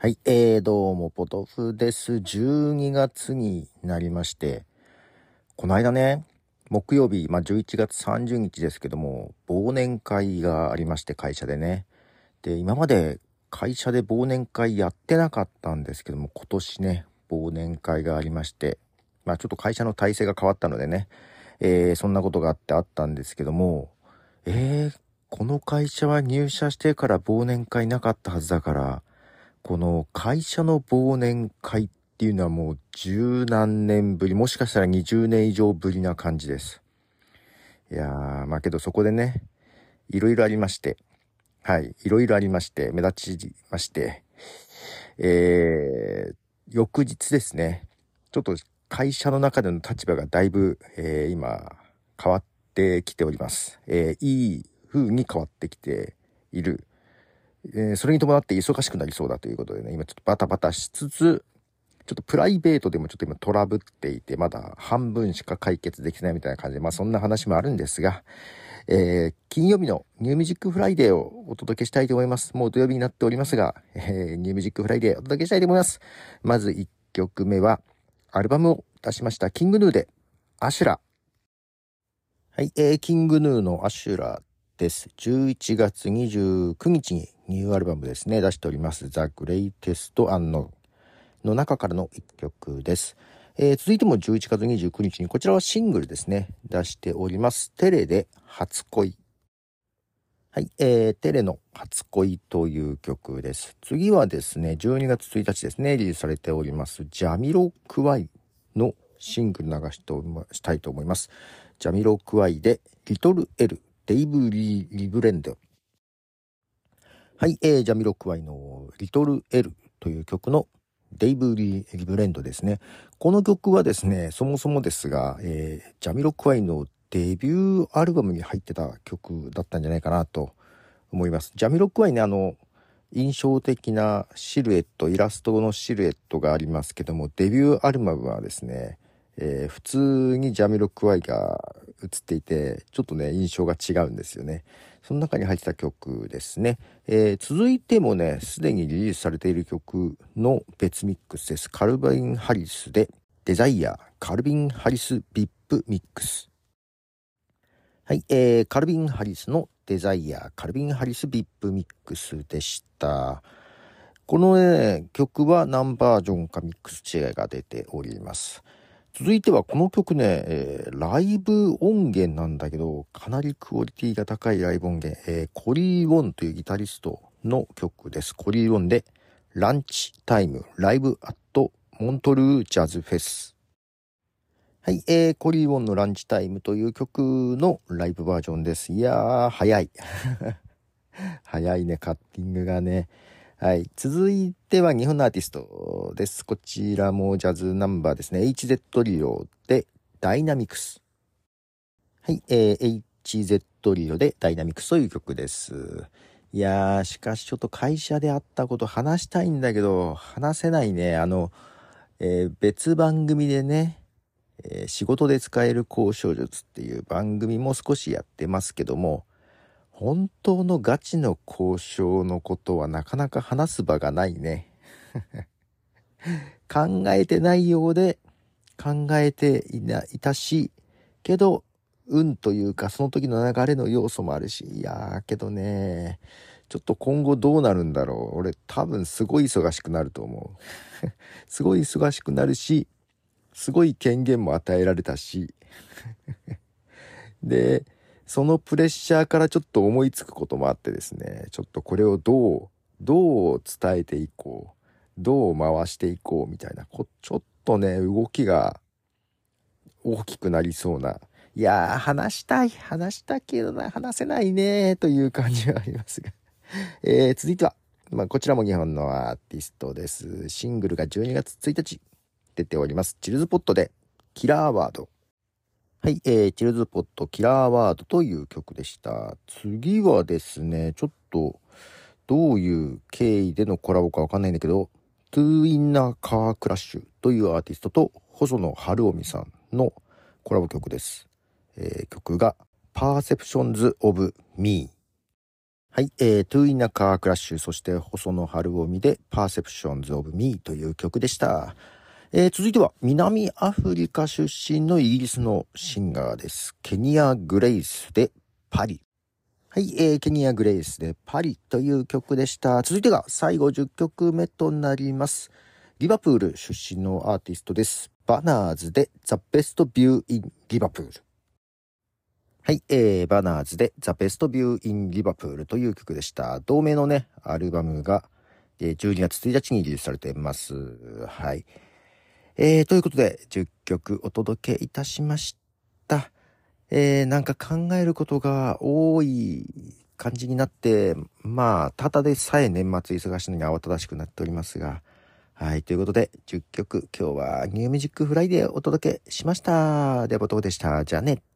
はい、どうも、ポトフです。12月になりまして、この間ね、木曜日、11月30日ですけども、忘年会がありまして、会社でね。で、今まで会社で忘年会やってなかったんですけども、今年ね、忘年会がありまして、ちょっと会社の体制が変わったのでね、そんなことがあったんですけども、この会社は入社してから忘年会なかったはずだから、この会社の忘年会っていうのはもう十何年ぶり、もしかしたら20年以上ぶりな感じです。いやー、けどそこでね、いろいろありまして、はい、いろいろありまして、目立ちまして、翌日ですね、ちょっと会社の中での立場がだいぶ、今、変わってきております。いい風に変わってきている。それに伴って忙しくなりそうだということでね、今ちょっとバタバタしつつ、ちょっとプライベートでもちょっと今トラブっていて、まだ半分しか解決できてないみたいな感じで、そんな話もあるんですが、金曜日のニューミュージックフライデーをお届けしたいと思います。もう土曜日になっておりますが、ニューミュージックフライデーお届けしたいと思います。まず1曲目は、アルバムを出しました、キングヌーで、アシュラ。はい、キングヌーのアシュラです。11月29日にニューアルバムですね、出しております。The Greatest Unknownの中からの一曲です。続いても11月29日に、こちらはシングルですね、出しております。テレで初恋。はい、テレの初恋という曲です。次はですね、12月1日ですね、リリースされております、ジャミロクワイのシングル流したいと思います。ジャミロクワイで、リトルエル、デイブリー・リブレンド。はい、ジャミロクワイのリトルエルという曲のデイブリー・リブレンドですね。この曲はですね、そもそもですが、ジャミロクワイのデビューアルバムに入ってた曲だったんじゃないかなと思います。ジャミロクワイね、印象的なシルエット、イラストのシルエットがありますけども、デビューアルバムはですね、普通にジャミロクワイが映っていて、ちょっとね、印象が違うんですよね。その中に入ってた曲ですね。続いてもね、すでにリリースされている曲の別ミックスです。カルビン・ハリスでデザイア、カルビン・ハリス・ビップミックス。はい、カルビン・ハリスのデザイア、カルビン・ハリス・ビップミックスでした。このね、曲は何バージョンかミックス違いが出ております。続いてはこの曲ね、ライブ音源なんだけど、かなりクオリティが高いライブ音源、コリー・ウォンというギタリストの曲です。コリー・ウォンで、ランチタイム、ライブアットモントルージャズフェス。はい、コリー・ウォンのランチタイムという曲のライブバージョンです。いやー、早い。早いね、カッティングがね。はい。続いては日本のアーティストです。こちらもジャズナンバーですね。HZ リオでダイナミクス。はい。HZ リオでダイナミクスという曲です。いやー、しかしちょっと会社であったこと話したいんだけど、話せないね。別番組でね、仕事で使える交渉術っていう番組も少しやってますけども、本当のガチの交渉のことはなかなか話す場がないね。考えてないようで考えていたし、けど、運というかその時の流れの要素もあるし、いやーけどね、ちょっと今後どうなるんだろう。俺多分すごい忙しくなると思う。すごい忙しくなるし、すごい権限も与えられたし、で、そのプレッシャーからちょっと思いつくこともあってですね、ちょっとこれをどう伝えていこう、どう回していこうみたいな、ちょっとね、動きが大きくなりそうな。いやー、話したけどな、話せないね、という感じはありますが。続いては、こちらも日本のアーティストです。シングルが12月1日出ております。チルズポットで、キラーワード。はい、チルズポットキラーワードという曲でした。次はですね、ちょっとどういう経緯でのコラボかわかんないんだけど、トゥーインナーカークラッシュというアーティストと細野晴臣さんのコラボ曲です。曲が Perceptions of Me。 はい、トゥーインナカークラッシュ、そして細野晴臣で Perceptions of Me という曲でした。続いては南アフリカ出身のイギリスのシンガーです。ケニア・グレイスでパリ。はい、ケニア・グレイスでパリという曲でした。続いてが最後10曲目となります。リバプール出身のアーティストです。バナーズで The Best View in Liverpool。はい、バナーズで The Best View in Liverpool という曲でした。同名のね、アルバムが、12月1日にリリースされています。はい。ということで、10曲お届けいたしました。なんか考えることが多い感じになって、まあ、ただでさえ年末忙しいのに慌ただしくなっておりますが、はい、ということで、10曲、今日はニューミュージックフライデーお届けしました。では、ボトでした。じゃあね。